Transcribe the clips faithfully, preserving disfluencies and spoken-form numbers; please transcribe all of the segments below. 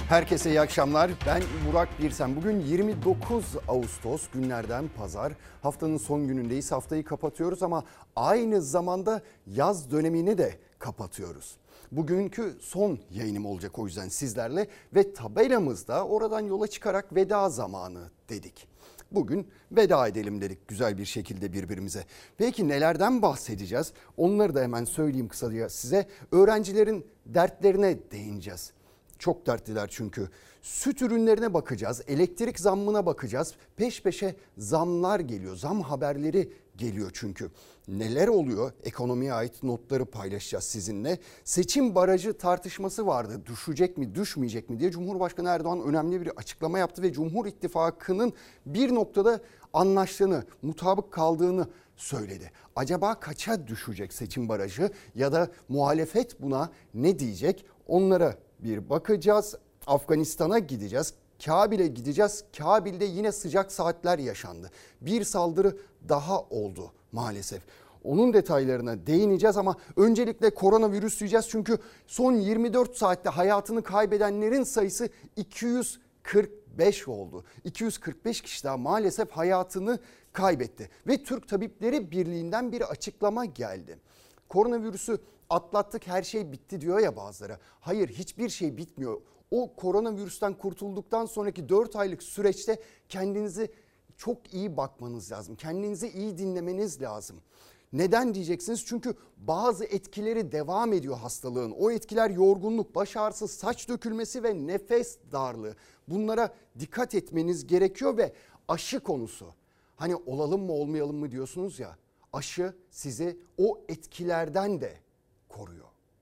Herkese iyi akşamlar. Ben Burak Birsen. Bugün yirmi dokuz Ağustos, günlerden pazar. Haftanın son günündeyiz. Haftayı kapatıyoruz ama aynı zamanda yaz dönemini de kapatıyoruz. Bugünkü son yayınım olacak o yüzden sizlerle ve tabelamızda oradan yola çıkarak veda zamanı dedik. Bugün veda edelim dedik güzel bir şekilde birbirimize. Peki nelerden bahsedeceğiz? Onları da hemen söyleyeyim kısaca size. Öğrencilerin dertlerine değineceğiz. Çok dertliler çünkü. Süt ürünlerine bakacağız, elektrik zammına bakacağız. Peş peşe zamlar geliyor, zam haberleri geliyor çünkü. Neler oluyor? Ekonomiye ait notları paylaşacağız sizinle. Seçim barajı tartışması vardı. Düşecek mi, düşmeyecek mi diye Cumhurbaşkanı Erdoğan önemli bir açıklama yaptı ve Cumhur İttifakı'nın bir noktada anlaştığını, mutabık kaldığını söyledi. Acaba kaça düşecek seçim barajı ya da muhalefet buna ne diyecek? Onlara bir bakacağız. Afganistan'a gideceğiz. Kabil'e gideceğiz. Kabil'de yine sıcak saatler yaşandı. Bir saldırı daha oldu maalesef. Onun detaylarına değineceğiz ama öncelikle koronavirüs diyeceğiz. Çünkü son yirmi dört saatte hayatını kaybedenlerin sayısı iki yüz kırk beş oldu. iki yüz kırk beş kişi daha maalesef hayatını kaybetti. Ve Türk Tabipleri Birliği'nden bir açıklama geldi. Koronavirüsü atlattık, her şey bitti diyor ya bazıları. Hayır, hiçbir şey bitmiyor. O koronavirüsten kurtulduktan sonraki dört aylık süreçte kendinizi çok iyi bakmanız lazım. Kendinizi iyi dinlemeniz lazım. Neden diyeceksiniz? Çünkü bazı etkileri devam ediyor hastalığın. O etkiler yorgunluk, baş ağrısı, saç dökülmesi ve nefes darlığı. Bunlara dikkat etmeniz gerekiyor ve aşı konusu. Hani olalım mı olmayalım mı diyorsunuz ya. Aşı sizi o etkilerden de koruyor.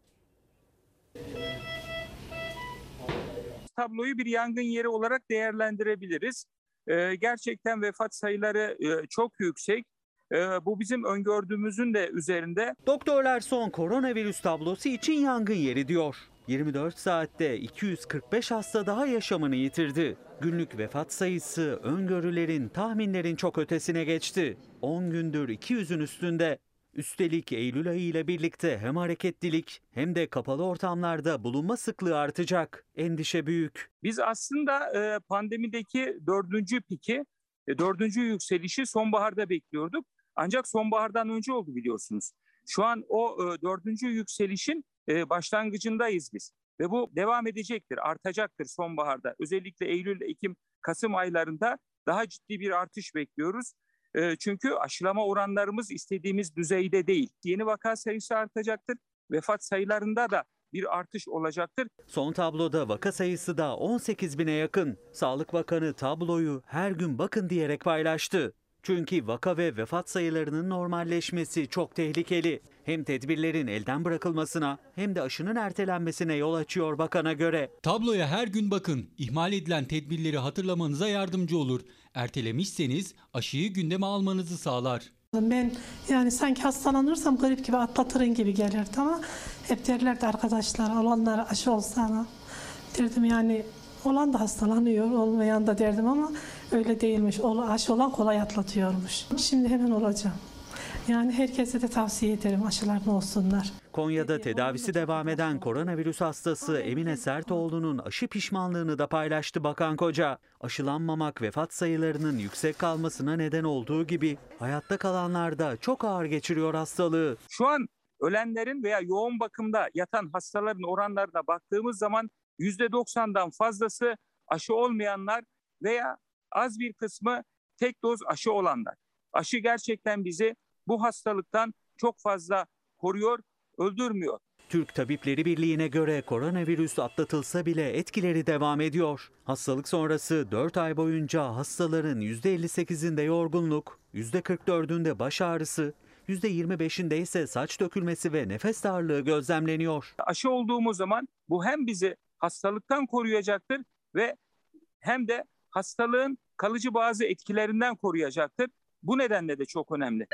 Tabloyu bir yangın yeri olarak değerlendirebiliriz. Ee, gerçekten vefat sayıları e, çok yüksek. Ee, bu bizim öngördüğümüzün de üzerinde. Doktorlar son koronavirüs tablosu için yangın yeri diyor. yirmi dört saatte iki yüz kırk beş hasta daha yaşamını yitirdi. Günlük vefat sayısı öngörülerin, tahminlerin çok ötesine geçti. on gündür iki yüzün üstünde. Üstelik Eylül ayı ile birlikte hem hareketlilik hem de kapalı ortamlarda bulunma sıklığı artacak. Endişe büyük. Biz aslında e, pandemideki dördüncü piki, e, dördüncü yükselişi sonbaharda bekliyorduk. Ancak sonbahardan önce oldu biliyorsunuz. Şu an o e, dördüncü yükselişin e, başlangıcındayız biz. Ve bu devam edecektir, artacaktır sonbaharda. Özellikle Eylül, Ekim, Kasım aylarında daha ciddi bir artış bekliyoruz. Çünkü aşılama oranlarımız istediğimiz düzeyde değil. Yeni vaka sayısı artacaktır. Vefat sayılarında da bir artış olacaktır. Son tabloda vaka sayısı da on sekiz bine yakın. Sağlık Bakanı tabloyu her gün bakın diyerek paylaştı. Çünkü vaka ve vefat sayılarının normalleşmesi çok tehlikeli. Hem tedbirlerin elden bırakılmasına hem de aşının ertelenmesine yol açıyor bakana göre. Tabloya her gün bakın. İhmal edilen tedbirleri hatırlamanıza yardımcı olur. Ertelemişseniz aşıyı gündeme almanızı sağlar. Ben yani sanki hastalanırsam grip gibi atlatırın gibi gelirdi ama hep derlerdi arkadaşlar olanlar aşı olsana. Derdim yani olan da hastalanıyor, olmayan da derdim ama öyle değilmiş. Aşı olan kolay atlatıyormuş. Şimdi hemen olacağım. Yani herkese de tavsiye ederim aşılarını olsunlar. Konya'da tedavisi devam eden koronavirüs hastası Emine Sertoğlu'nun aşı pişmanlığını da paylaştı Bakan Koca. Aşılanmamak vefat sayılarının yüksek kalmasına neden olduğu gibi hayatta kalanlar da çok ağır geçiriyor hastalığı. Şu an ölenlerin veya yoğun bakımda yatan hastaların oranlarına baktığımız zaman yüzde doksandan fazlası aşı olmayanlar veya az bir kısmı tek doz aşı olanlar. Aşı gerçekten bizi bu hastalıktan çok fazla koruyor, öldürmüyor. Türk Tabipleri Birliği'ne göre koronavirüs atlatılsa bile etkileri devam ediyor. Hastalık sonrası dört ay boyunca hastaların yüzde elli sekizinde yorgunluk, yüzde kırk dördünde baş ağrısı, yüzde yirmi beşinde ise saç dökülmesi ve nefes darlığı gözlemleniyor. Aşı olduğumuz zaman bu hem bizi hastalıktan koruyacaktır ve hem de hastalığın kalıcı bazı etkilerinden koruyacaktır. Bu nedenle de çok önemli.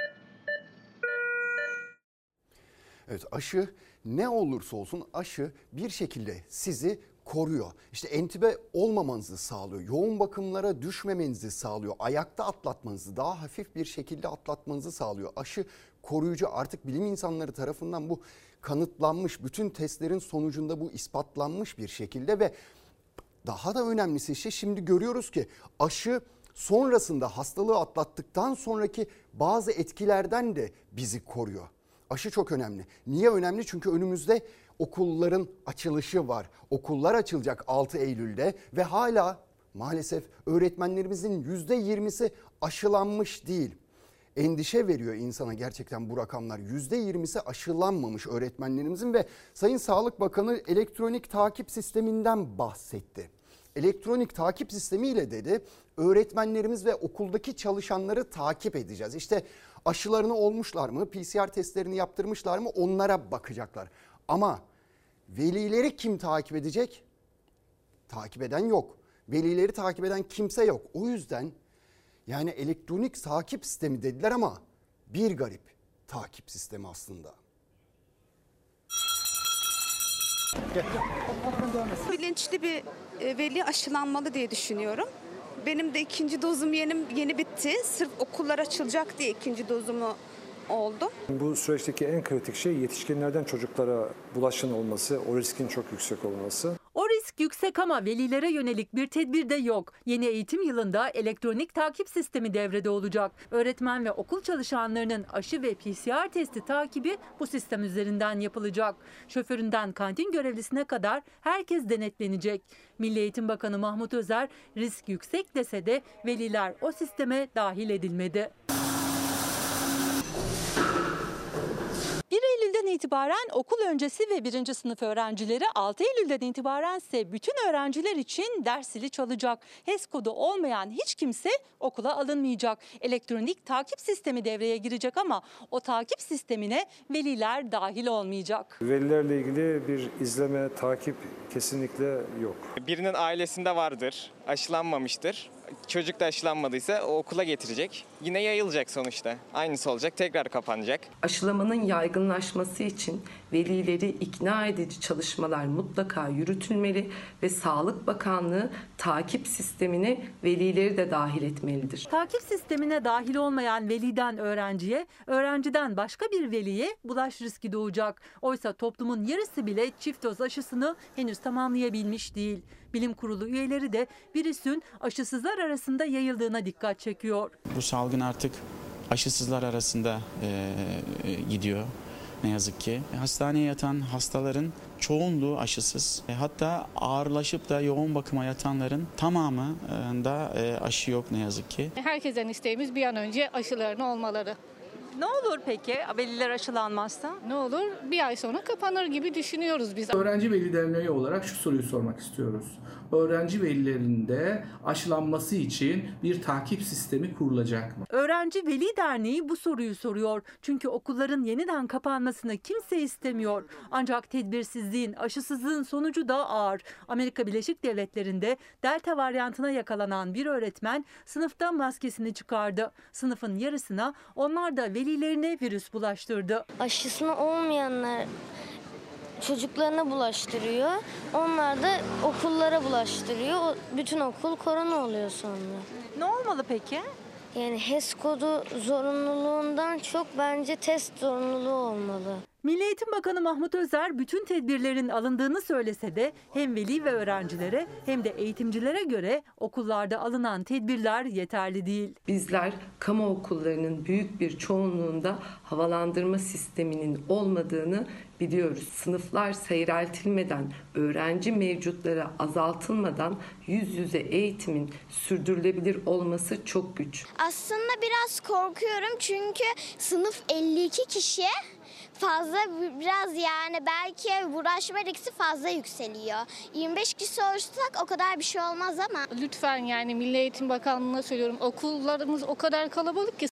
Evet, aşı ne olursa olsun aşı bir şekilde sizi koruyor. İşte entübe olmamanızı sağlıyor. Yoğun bakımlara düşmemenizi sağlıyor. Ayakta atlatmanızı, daha hafif bir şekilde atlatmanızı sağlıyor. Aşı koruyucu, artık bilim insanları tarafından bu kanıtlanmış. Bütün testlerin sonucunda bu ispatlanmış bir şekilde ve daha da önemlisi işte şimdi görüyoruz ki aşı sonrasında hastalığı atlattıktan sonraki bazı etkilerden de bizi koruyor. Aşı çok önemli. Niye önemli? Çünkü önümüzde okulların açılışı var. Okullar açılacak altı Eylül'de ve hala maalesef öğretmenlerimizin yüzde yirmisi aşılanmış değil. Endişe veriyor insana gerçekten bu rakamlar. yüzde yirmisi aşılanmamış öğretmenlerimizin ve Sayın Sağlık Bakanı elektronik takip sisteminden bahsetti. Elektronik takip sistemiyle dedi öğretmenlerimiz ve okuldaki çalışanları takip edeceğiz. İşte aşılarını olmuşlar mı, P C R testlerini yaptırmışlar mı onlara bakacaklar. Ama velileri kim takip edecek? Takip eden yok. Velileri takip eden kimse yok. O yüzden yani elektronik takip sistemi dediler ama bir garip takip sistemi aslında. Bilinçli bir veli aşılanmalı diye düşünüyorum. Benim de ikinci dozum yeni, yeni bitti. Sırf okullar açılacak diye ikinci dozumu oldu. Bu süreçteki en kritik şey yetişkinlerden çocuklara bulaşın olması, o riskin çok yüksek olması. O risk yüksek ama velilere yönelik bir tedbir de yok. Yeni eğitim yılında elektronik takip sistemi devrede olacak. Öğretmen ve okul çalışanlarının aşı ve P C R testi takibi bu sistem üzerinden yapılacak. Şoföründen kantin görevlisine kadar herkes denetlenecek. Milli Eğitim Bakanı Mahmut Özer risk yüksek dese de veliler o sisteme dahil edilmedi. bir Eylül'den itibaren okul öncesi ve birinci sınıf öğrencileri, altı Eylül'den itibaren ise bütün öğrenciler için ders zili çalacak. H E S kodu olmayan hiç kimse okula alınmayacak. Elektronik takip sistemi devreye girecek ama o takip sistemine veliler dahil olmayacak. Velilerle ilgili bir izleme, takip kesinlikle yok. Birinin ailesinde vardır, aşılanmamıştır. Çocuk da aşılanmadıysa o okula getirecek. Yine yayılacak sonuçta. Aynısı olacak, tekrar kapanacak. Aşılamanın yaygınlaşması için velileri ikna edici çalışmalar mutlaka yürütülmeli ve Sağlık Bakanlığı takip sistemine velileri de dahil etmelidir. Takip sistemine dahil olmayan veliden öğrenciye, öğrenciden başka bir veliye bulaş riski doğacak. Oysa toplumun yarısı bile çift doz aşısını henüz tamamlayabilmiş değil. Bilim Kurulu üyeleri de virüsün aşısızlar arasında yayıldığına dikkat çekiyor. Bu salgın artık aşısızlar arasında e, e, gidiyor ne yazık ki. Hastaneye yatan hastaların çoğunluğu aşısız. E, hatta ağırlaşıp da yoğun bakıma yatanların tamamında e, aşı yok ne yazık ki. Herkesten isteğimiz bir an önce aşılarını olmaları. Ne olur peki veliler aşılanmazsa? Ne olur? Bir ay sonra kapanır gibi düşünüyoruz biz. Öğrenci Veli Derneği olarak şu soruyu sormak istiyoruz. Öğrenci velilerinde aşılanması için bir takip sistemi kurulacak mı? Öğrenci Veli Derneği bu soruyu soruyor. Çünkü okulların yeniden kapanmasını kimse istemiyor. Ancak tedbirsizliğin, aşısızlığın sonucu da ağır. Amerika Birleşik Devletleri'nde Delta varyantına yakalanan bir öğretmen sınıfta maskesini çıkardı. Sınıfın yarısına onlar da velilerine virüs bulaştırdı. Aşısına olmayanlar çocuklarına bulaştırıyor. Onlar da okullara bulaştırıyor. Bütün okul korona oluyor sonra. Ne olmalı peki? Yani H E S kodu zorunluluğundan çok bence test zorunluluğu olmalı. Milli Eğitim Bakanı Mahmut Özer bütün tedbirlerin alındığını söylese de hem veli ve öğrencilere hem de eğitimcilere göre okullarda alınan tedbirler yeterli değil. Bizler kamu okullarının büyük bir çoğunluğunda havalandırma sisteminin olmadığını biliyoruz. Sınıflar seyreltilmeden, öğrenci mevcutları azaltılmadan yüz yüze eğitimin sürdürülebilir olması çok güç. Aslında biraz korkuyorum çünkü sınıf elli iki kişi. Fazla biraz yani belki uğraşma riski fazla yükseliyor. yirmi beş kişi olursak o kadar bir şey olmaz ama. Lütfen yani Milli Eğitim Bakanlığı'na söylüyorum, okullarımız o kadar kalabalık ki.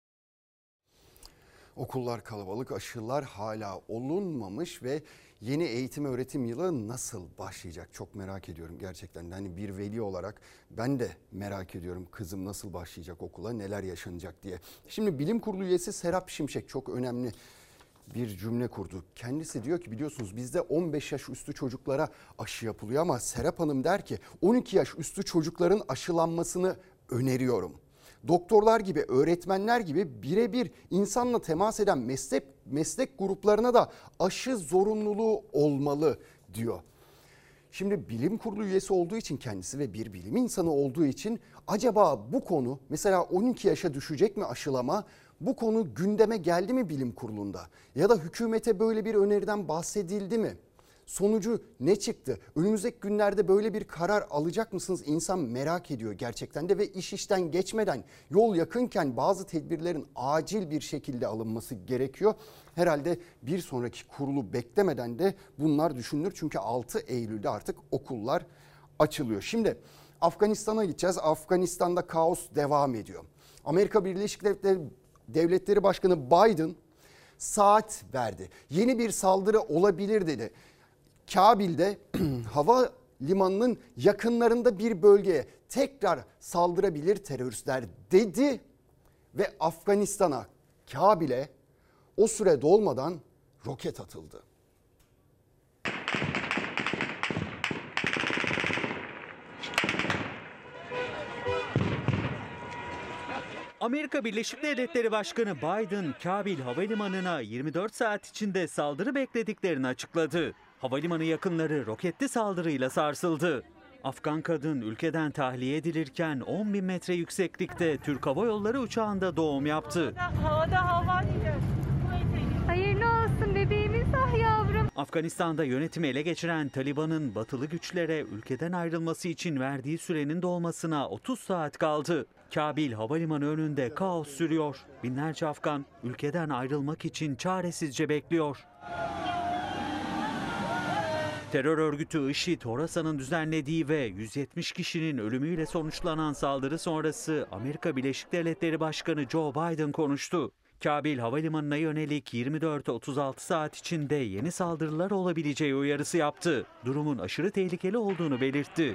Okullar kalabalık, aşılar hala olunmamış ve yeni eğitim öğretim yılı nasıl başlayacak çok merak ediyorum gerçekten. Hani bir veli olarak ben de merak ediyorum kızım nasıl başlayacak okula, neler yaşanacak diye. Şimdi Bilim Kurulu üyesi Serap Şimşek çok önemli bir cümle kurdu. Kendisi diyor ki biliyorsunuz bizde on beş yaş üstü çocuklara aşı yapılıyor ama Serap Hanım der ki on iki yaş üstü çocukların aşılanmasını öneriyorum. Doktorlar gibi, öğretmenler gibi birebir insanla temas eden meslek meslek gruplarına da aşı zorunluluğu olmalı diyor. Şimdi bilim kurulu üyesi olduğu için kendisi ve bir bilim insanı olduğu için acaba bu konu mesela on iki yaşa düşecek mi aşılama? Bu konu gündeme geldi mi bilim kurulunda? Ya da hükümete böyle bir öneriden bahsedildi mi? Sonucu ne çıktı? Önümüzdeki günlerde böyle bir karar alacak mısınız? İnsan merak ediyor gerçekten de ve iş işten geçmeden yol yakınken bazı tedbirlerin acil bir şekilde alınması gerekiyor. Herhalde bir sonraki kurulu beklemeden de bunlar düşünülür. Çünkü altı Eylül'de artık okullar açılıyor. Şimdi Afganistan'a gideceğiz. Afganistan'da kaos devam ediyor. Amerika Birleşik Devletleri, Devletleri Başkanı Biden saat verdi. Yeni bir saldırı olabilir dedi. Kabil'de hava limanının yakınlarında bir bölgeye tekrar saldırabilir teröristler dedi ve Afganistan'a, Kabil'e o süre dolmadan roket atıldı. Amerika Birleşik Devletleri Başkanı Biden, Kabil Havalimanı'na yirmi dört saat içinde saldırı beklediklerini açıkladı. Havalimanı yakınları roketli saldırıyla sarsıldı. Afgan kadın ülkeden tahliye edilirken on bin metre yükseklikte Türk Hava Yolları uçağında doğum yaptı. Havada hava hayırlı olsun bebeğimiz, ah yavrum. Afganistan'da yönetimi ele geçiren Taliban'ın batılı güçlere ülkeden ayrılması için verdiği sürenin dolmasına otuz saat kaldı. Kabil Havalimanı önünde kaos sürüyor. Binlerce Afgan ülkeden ayrılmak için çaresizce bekliyor. Terör örgütü IŞİD, Horasan'ın düzenlediği ve yüz yetmiş kişinin ölümüyle sonuçlanan saldırı sonrası Amerika Birleşik Devletleri Başkanı Joe Biden konuştu. Kabil Havalimanı'na yönelik yirmi dört otuz altı saat içinde yeni saldırılar olabileceği uyarısı yaptı. Durumun aşırı tehlikeli olduğunu belirtti.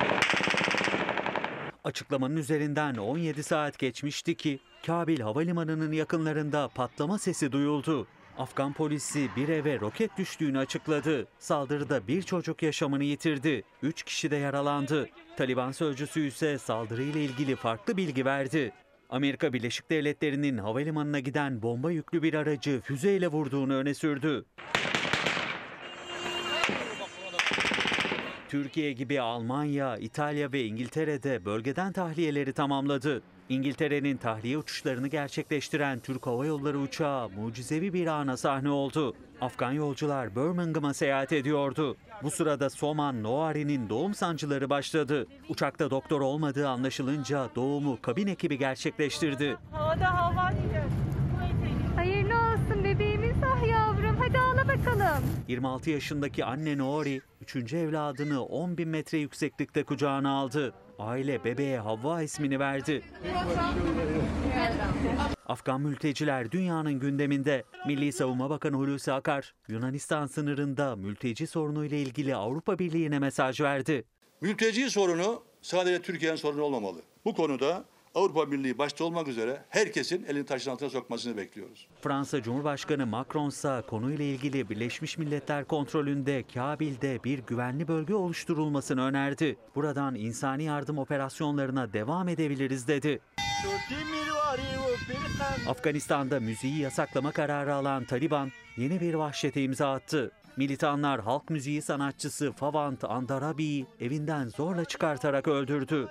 Açıklamanın üzerinden on yedi saat geçmişti ki Kabil Havalimanı'nın yakınlarında patlama sesi duyuldu. Afgan polisi bir eve roket düştüğünü açıkladı. Saldırıda bir çocuk yaşamını yitirdi. Üç kişi de yaralandı. Taliban sözcüsü ise saldırıyla ilgili farklı bilgi verdi. Amerika Birleşik Devletleri'nin havalimanına giden bomba yüklü bir aracı füzeyle vurduğunu öne sürdü. Türkiye gibi Almanya, İtalya ve İngiltere'de bölgeden tahliyeleri tamamladı. İngiltere'nin tahliye uçuşlarını gerçekleştiren Türk Hava Yolları uçağı mucizevi bir ana sahne oldu. Afgan yolcular Birmingham'a seyahat ediyordu. Bu sırada Soman Noari'nin doğum sancıları başladı. Uçakta doktor olmadığı anlaşılınca doğumu kabin ekibi gerçekleştirdi. Havada hava hayırlı olsun bebeğimiz, ah yavrum, hadi ağla bakalım. yirmi altı yaşındaki anne Noari, üçüncü evladını on bin metre yükseklikte kucağına aldı. Aile bebeğe Havva ismini verdi. Afgan mülteciler dünyanın gündeminde. Milli Savunma Bakanı Hulusi Akar, Yunanistan sınırında mülteci sorunuyla ilgili Avrupa Birliği'ne mesaj verdi. Mülteci sorunu sadece Türkiye'nin sorunu olmamalı. Bu konuda Avrupa Birliği başta olmak üzere herkesin elini taşın altına sokmasını bekliyoruz. Fransa Cumhurbaşkanı Macron ise konuyla ilgili Birleşmiş Milletler kontrolünde Kabil'de bir güvenli bölge oluşturulmasını önerdi. Buradan insani yardım operasyonlarına devam edebiliriz dedi. Afganistan'da müziği yasaklama kararı alan Taliban yeni bir vahşete imza attı. Militanlar halk müziği sanatçısı Favant Andarabi'yi evinden zorla çıkartarak öldürdü.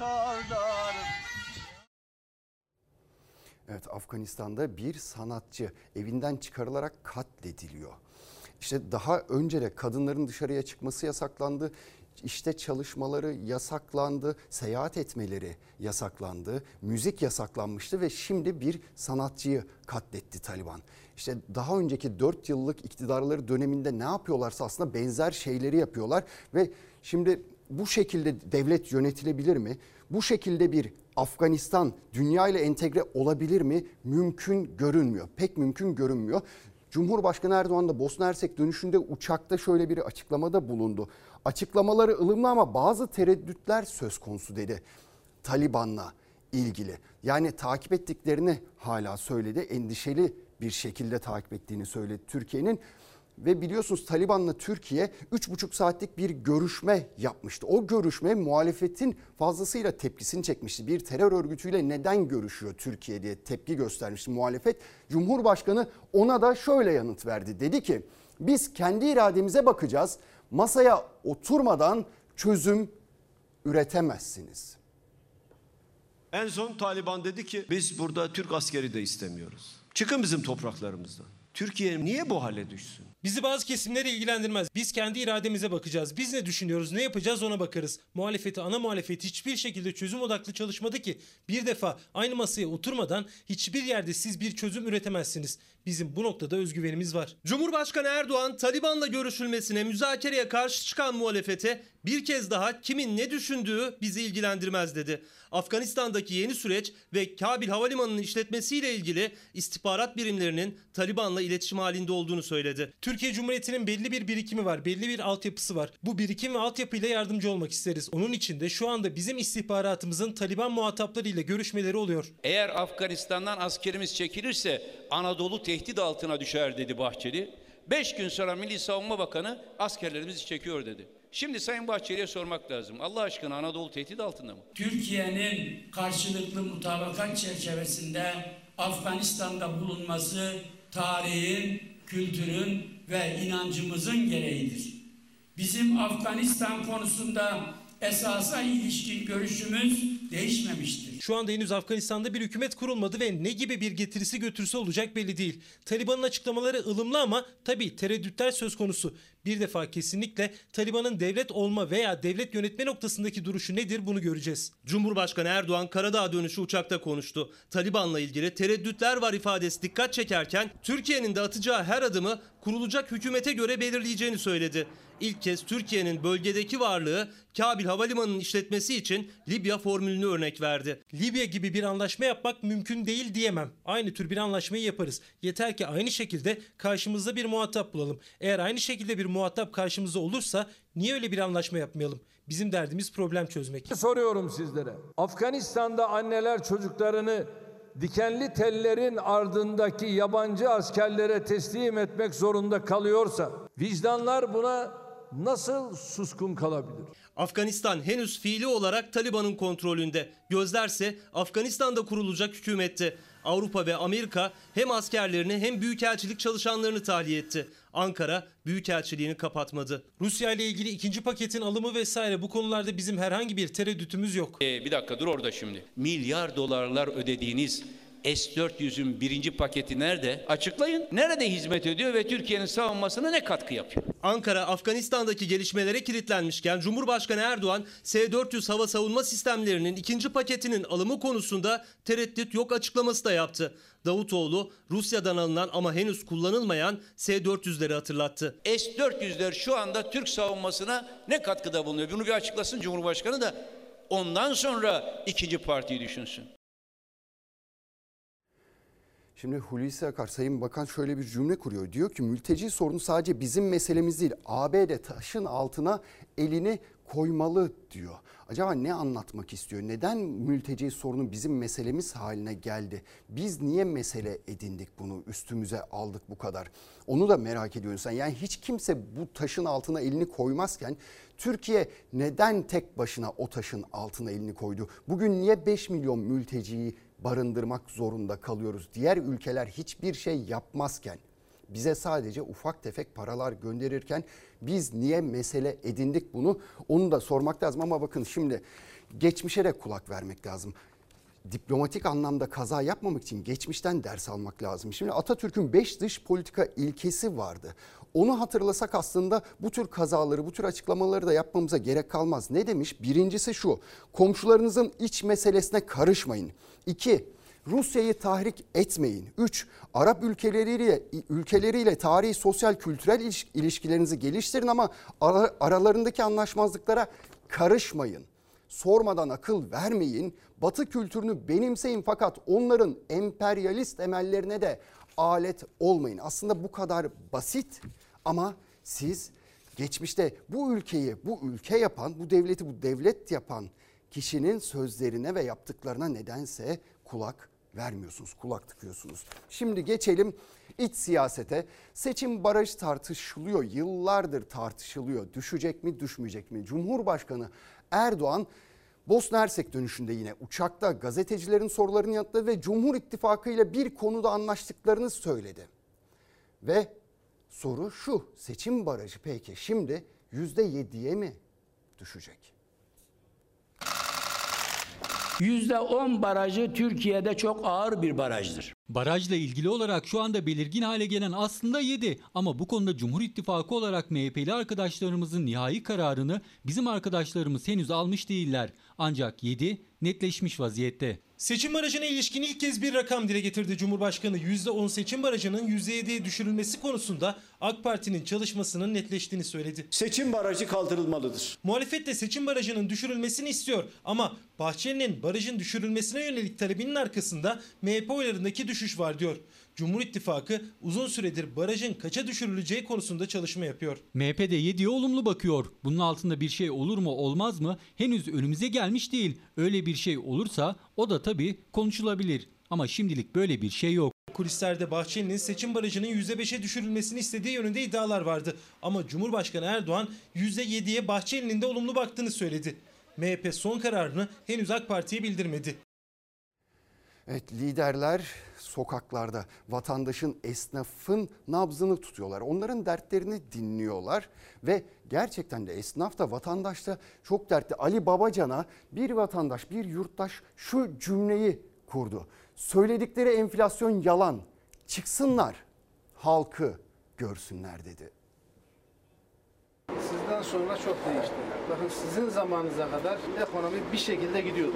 Evet, Afganistan'da bir sanatçı evinden çıkarılarak katlediliyor. İşte daha önce de kadınların dışarıya çıkması yasaklandı. İşte çalışmaları yasaklandı, seyahat etmeleri yasaklandı, müzik yasaklanmıştı ve şimdi bir sanatçıyı katletti Taliban. İşte daha önceki dört yıllık iktidarları döneminde ne yapıyorlarsa aslında benzer şeyleri yapıyorlar ve şimdi bu şekilde devlet yönetilebilir mi? Bu şekilde bir Afganistan dünya ile entegre olabilir mi? Mümkün görünmüyor. Pek mümkün görünmüyor. Cumhurbaşkanı Erdoğan da Bosna Hersek dönüşünde uçakta şöyle bir açıklamada bulundu. Açıklamaları ılımlı ama bazı tereddütler söz konusu dedi Taliban'la ilgili. Yani takip ettiklerini hala söyledi. Endişeli bir şekilde takip ettiğini söyledi Türkiye'nin. Ve biliyorsunuz Taliban'la Türkiye üç buçuk saatlik bir görüşme yapmıştı. O görüşme muhalefetin fazlasıyla tepkisini çekmişti. Bir terör örgütüyle neden görüşüyor Türkiye diye tepki göstermişti muhalefet. Cumhurbaşkanı ona da şöyle yanıt verdi. Dedi ki biz kendi irademize bakacağız. Masaya oturmadan çözüm üretemezsiniz. En son Taliban dedi ki biz burada Türk askeri de istemiyoruz. Çıkın bizim topraklarımızdan. Türkiye niye bu hale düşsün? Bizi bazı kesimler ilgilendirmez. Biz kendi irademize bakacağız. Biz ne düşünüyoruz, ne yapacağız ona bakarız. Muhalefeti, ana muhalefeti hiçbir şekilde çözüm odaklı çalışmadı ki. Bir defa aynı masaya oturmadan hiçbir yerde siz bir çözüm üretemezsiniz. Bizim bu noktada özgüvenimiz var. Cumhurbaşkanı Erdoğan, Taliban'la görüşülmesine, müzakereye karşı çıkan muhalefete bir kez daha kimin ne düşündüğü bizi ilgilendirmez dedi. Afganistan'daki yeni süreç ve Kabil Havalimanı'nın işletmesiyle ilgili istihbarat birimlerinin Taliban'la iletişim halinde olduğunu söyledi. Türkiye Cumhuriyeti'nin belli bir birikimi var, belli bir altyapısı var. Bu birikim ve altyapıyla yardımcı olmak isteriz. Onun için de şu anda bizim istihbaratımızın Taliban muhataplarıyla görüşmeleri oluyor. Eğer Afganistan'dan askerimiz çekilirse Anadolu tehdit altına düşer dedi Bahçeli. Beş gün sonra Milli Savunma Bakanı askerlerimizi çekiyor dedi. Şimdi Sayın Bahçeli'ye sormak lazım. Allah aşkına Anadolu tehdit altında mı? Türkiye'nin karşılıklı mutabakat çerçevesinde Afganistan'da bulunması tarihin, kültürün ve inancımızın gereğidir. Bizim Afganistan konusunda esasa ilişkin görüşümüz değişmemiştir. Şu anda henüz Afganistan'da bir hükümet kurulmadı ve ne gibi bir getirisi götürüsü olacak belli değil. Taliban'ın açıklamaları ılımlı ama tabii tereddütler söz konusu. Bir defa kesinlikle Taliban'ın devlet olma veya devlet yönetme noktasındaki duruşu nedir bunu göreceğiz. Cumhurbaşkanı Erdoğan Karadağ dönüşü uçakta konuştu. Taliban'la ilgili tereddütler var ifadesi dikkat çekerken Türkiye'nin de atacağı her adımı kurulacak hükümete göre belirleyeceğini söyledi. İlk kez Türkiye'nin bölgedeki varlığı Kabil Havalimanı'nın işletmesi için Libya formülünü örnek verdi. Libya gibi bir anlaşma yapmak mümkün değil diyemem. Aynı tür bir anlaşmayı yaparız. Yeter ki aynı şekilde karşımızda bir muhatap bulalım. Eğer aynı şekilde bir muhatap karşımızda olursa niye öyle bir anlaşma yapmayalım? Bizim derdimiz problem çözmek. Soruyorum sizlere. Afganistan'da anneler çocuklarını dikenli tellerin ardındaki yabancı askerlere teslim etmek zorunda kalıyorsa vicdanlar buna nasıl suskun kalabilir? Afganistan henüz fiili olarak Taliban'ın kontrolünde. Gözlerse Afganistan'da kurulacak hükümette. Avrupa ve Amerika hem askerlerini hem büyükelçilik çalışanlarını tahliye etti. Ankara büyükelçiliğini kapatmadı. Rusya ile ilgili ikinci paketin alımı vesaire bu konularda bizim herhangi bir tereddütümüz yok. Ee, bir dakika dur orada şimdi. Milyar dolarlar ödediğiniz S dört yüzün birinci paketi nerede? Açıklayın. Nerede hizmet ediyor ve Türkiye'nin savunmasına ne katkı yapıyor? Ankara, Afganistan'daki gelişmelere kilitlenmişken Cumhurbaşkanı Erdoğan, S dört yüz hava savunma sistemlerinin ikinci paketinin alımı konusunda tereddüt yok açıklaması da yaptı. Davutoğlu, Rusya'dan alınan ama henüz kullanılmayan S dört yüzleri hatırlattı. S dört yüzler şu anda Türk savunmasına ne katkıda bulunuyor? Bunu bir açıklasın Cumhurbaşkanı da ondan sonra ikinci partiyi düşünsün. Şimdi Hulusi Akar, Sayın Bakan şöyle bir cümle kuruyor. Diyor ki mülteci sorunu sadece bizim meselemiz değil. A B D taşın altına elini koymalı diyor. Acaba ne anlatmak istiyor? Neden mülteci sorunu bizim meselemiz haline geldi? Biz niye mesele edindik bunu, üstümüze aldık bu kadar? Onu da merak ediyorsun sen. Yani hiç kimse bu taşın altına elini koymazken Türkiye neden tek başına o taşın altına elini koydu? Bugün niye beş milyon mülteciyi barındırmak zorunda kalıyoruz? Diğer ülkeler hiçbir şey yapmazken, bize sadece ufak tefek paralar gönderirken biz niye mesele edindik bunu? Onu da sormak lazım ama bakın şimdi geçmişe de kulak vermek lazım. Diplomatik anlamda kaza yapmamak için geçmişten ders almak lazım. Şimdi Atatürk'ün beş dış politika ilkesi vardı. Onu hatırlasak aslında bu tür kazaları, bu tür açıklamaları da yapmamıza gerek kalmaz. Ne demiş? Birincisi şu: komşularınızın iç meselesine karışmayın. İki, Rusya'yı tahrik etmeyin. Üç, Arap ülkeleriyle ülkeleriyle tarihi, sosyal, kültürel ilişkilerinizi geliştirin ama aralarındaki anlaşmazlıklara karışmayın. Sormadan akıl vermeyin. Batı kültürünü benimseyin fakat onların emperyalist emellerine de alet olmayın. Aslında bu kadar basit ama siz geçmişte bu ülkeyi bu ülke yapan, bu devleti bu devlet yapan kişinin sözlerine ve yaptıklarına nedense kulak vermiyorsunuz, kulak tıkıyorsunuz. Şimdi geçelim iç siyasete. Seçim barajı tartışılıyor, yıllardır tartışılıyor. Düşecek mi, düşmeyecek mi? Cumhurbaşkanı Erdoğan Bosna Hersek dönüşünde yine uçakta gazetecilerin sorularını yanıtladı ve Cumhur İttifakı ile bir konuda anlaştıklarını söyledi. Ve soru şu: seçim barajı peki şimdi yüzde yediye mi düşecek? yüzde on barajı Türkiye'de çok ağır bir barajdır. Barajla ilgili olarak şu anda belirgin hale gelen aslında yedi ama bu konuda Cumhur İttifakı olarak M H P'li arkadaşlarımızın nihai kararını bizim arkadaşlarımız henüz almış değiller. Ancak yedi netleşmiş vaziyette. Seçim barajına ilişkin ilk kez bir rakam dile getirdi Cumhurbaşkanı. yüzde on seçim barajının yüzde yediye düşürülmesi konusunda AK Parti'nin çalışmasının netleştiğini söyledi. Seçim barajı kaldırılmalıdır. Muhalefet de seçim barajının düşürülmesini istiyor ama Bahçeli'nin barajın düşürülmesine yönelik talebinin arkasında M H P oylarındaki düşüş var diyor. Cumhur İttifakı uzun süredir barajın kaça düşürüleceği konusunda çalışma yapıyor. M H P de yediye olumlu bakıyor. Bunun altında bir şey olur mu olmaz mı henüz önümüze gelmiş değil. Öyle bir şey olursa o da tabii konuşulabilir. Ama şimdilik böyle bir şey yok. Kulislerde Bahçeli'nin seçim barajının yüzde beşe düşürülmesini istediği yönünde iddialar vardı. Ama Cumhurbaşkanı Erdoğan yüzde yediye Bahçeli'nin de olumlu baktığını söyledi. M H P son kararını henüz AK Parti'ye bildirmedi. Evet, liderler sokaklarda vatandaşın, esnafın nabzını tutuyorlar. Onların dertlerini dinliyorlar ve gerçekten de esnaf da vatandaş da çok dertli. Ali Babacan'a bir vatandaş, bir yurttaş şu cümleyi kurdu. Söyledikleri enflasyon yalan, çıksınlar halkı görsünler dedi. Sizden sonra çok değişti. Bakın sizin zamanınıza kadar ekonomi bir şekilde gidiyordu.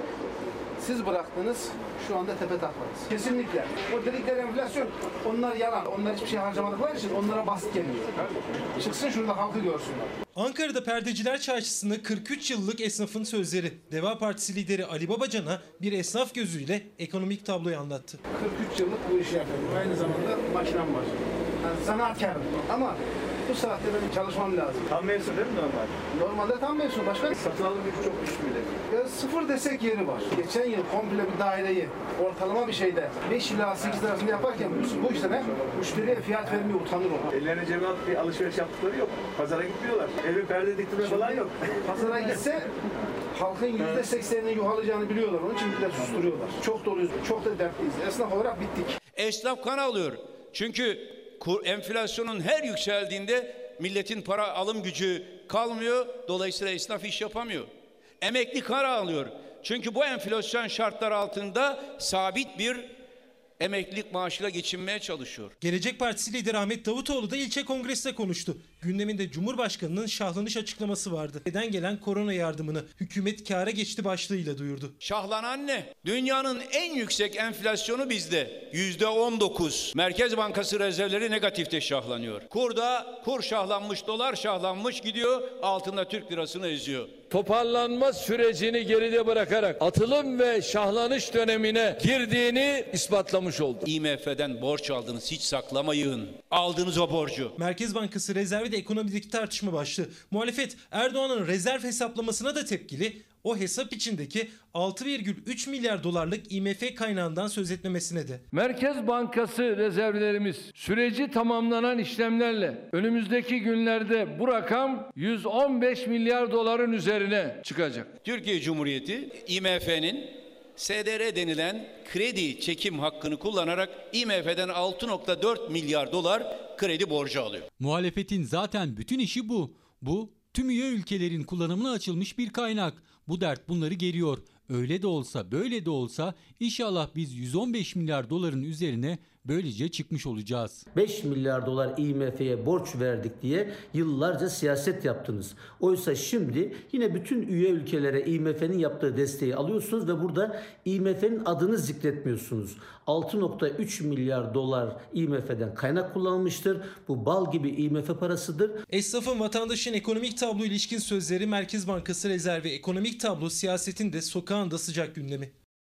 Siz bıraktınız, şu anda tepe takladınız. Kesinlikle. O dedikleri enflasyon, onlar yalan. Onlar hiçbir şey harcamadıkları için onlara basit geliyor. Çıksın şurada halkı görsünler. Ankara'da Perdeciler Çarşısı'nda kırk üç yıllık esnafın sözleri. Deva Partisi lideri Ali Babacan'a bir esnaf gözüyle ekonomik tabloyu anlattı. kırk üç yıllık bu işi yapıyorum. Aynı zamanda makinem var. Yani sanatkarım. Ama bu saatte benim çalışmam lazım. Tam mevsim değil mi normal? Normalde tam mevsim. Başka satın alım gücü çok düştü bile. Ya sıfır desek yeri var. Geçen yıl komple bir daireyi ortalama bir şeyde beş ila sekiz arasında yaparken bu işte ne? Müşteriye fiyat vermeye utanır o. Ellerine cebine atıp bir alışveriş yaptıkları yok. Pazara gitmiyorlar. Evi perde diktirme falan yok. Pazara gitse halkın yüzde seksenini yuhalayacağını biliyorlar. Onun için bir de susturuyorlar. Çok doluyuz. Çok da dertliyiz. Esnaf olarak bittik. Esnaf kan alıyor. Çünkü enflasyonun her yükseldiğinde milletin para alım gücü kalmıyor. Dolayısıyla esnaf iş yapamıyor. Emekli kan alıyor. Çünkü bu enflasyon şartlar altında sabit bir emeklilik maaşıyla geçinmeye çalışıyor. Gelecek Partisi lideri Ahmet Davutoğlu da ilçe kongresinde konuştu. Gündeminde Cumhurbaşkanı'nın şahlanış açıklaması vardı. Neden gelen korona yardımını hükümet kâra geçti başlığıyla duyurdu. Şahlanan ne? Dünyanın en yüksek enflasyonu bizde. yüzde on dokuz. Merkez Bankası rezervleri negatifte şahlanıyor. Kurda kur şahlanmış, dolar şahlanmış gidiyor. Altında Türk lirasını eziyor. Toparlanma sürecini geride bırakarak atılım ve şahlanış dönemine girdiğini ispatlamış oldu. I M F'den borç aldınız, hiç saklamayın. Aldınız o borcu. Merkez Bankası rezervi de ekonomideki tartışma başlığı. Muhalefet Erdoğan'ın rezerv hesaplamasına da tepkili. O hesap içindeki altı virgül üç milyar dolarlık I M F kaynağından söz etmemesine de. Merkez Bankası rezervlerimiz süreci tamamlanan işlemlerle önümüzdeki günlerde bu rakam yüz on beş milyar doların üzerine çıkacak. Türkiye Cumhuriyeti I M F'nin S D R denilen kredi çekim hakkını kullanarak I M F'den altı virgül dört milyar dolar kredi borcu alıyor. Muhalefetin zaten bütün işi bu. Bu tüm üye ülkelerin kullanımına açılmış bir kaynak. Bu dert bunları geriyor. Öyle de olsa böyle de olsa inşallah biz yüz on beş milyar doların üzerine böylece çıkmış olacağız. beş milyar dolar I M F'ye borç verdik diye yıllarca siyaset yaptınız. Oysa şimdi yine bütün üye ülkelere I M F'nin yaptığı desteği alıyorsunuz ve burada I M F'nin adını zikretmiyorsunuz. altı virgül üç milyar dolar I M F'den kaynak kullanılmıştır. Bu bal gibi I M F parasıdır. Esnafın vatandaşın ekonomik tablo ilişkin sözleri, Merkez Bankası rezervi, ekonomik tablo siyasetin de sokağında sıcak gündemi.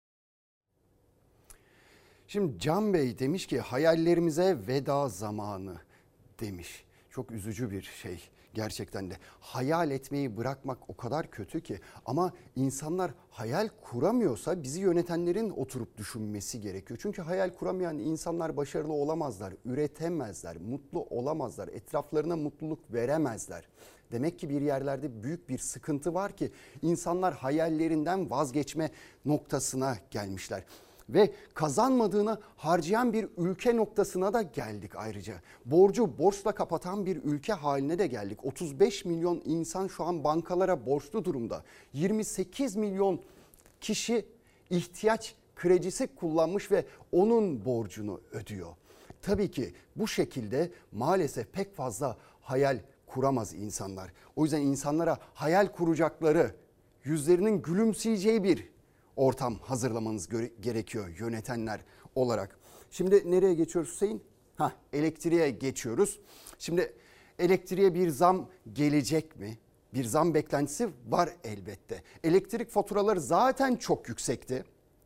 Şimdi Can Bey demiş ki hayallerimize veda zamanı demiş. Çok üzücü bir şey gerçekten de. Hayal etmeyi bırakmak o kadar kötü ki, ama insanlar hayal kuramıyorsa bizi yönetenlerin oturup düşünmesi gerekiyor. Çünkü hayal kuramayan insanlar başarılı olamazlar, üretemezler, mutlu olamazlar, etraflarına mutluluk veremezler. Demek ki bir yerlerde büyük bir sıkıntı var ki insanlar hayallerinden vazgeçme noktasına gelmişler. ve kazanmadığını harcayan bir ülke noktasına da geldik ayrıca. Borcu borçla kapatan bir ülke haline de geldik. otuz beş milyon insan şu an bankalara borçlu durumda. yirmi sekiz milyon kişi ihtiyaç kredisi kullanmış ve onun borcunu ödüyor. Tabii ki bu şekilde maalesef pek fazla hayal kuramaz insanlar. O yüzden insanlara hayal kuracakları, yüzlerinin gülümseyeceği bir ortam hazırlamanız gerekiyor yönetenler olarak. Şimdi nereye geçiyoruz Hüseyin? Hah, elektriğe geçiyoruz. Şimdi elektriğe bir zam gelecek mi? Bir zam beklentisi var elbette. Elektrik faturaları zaten çok yüksekti.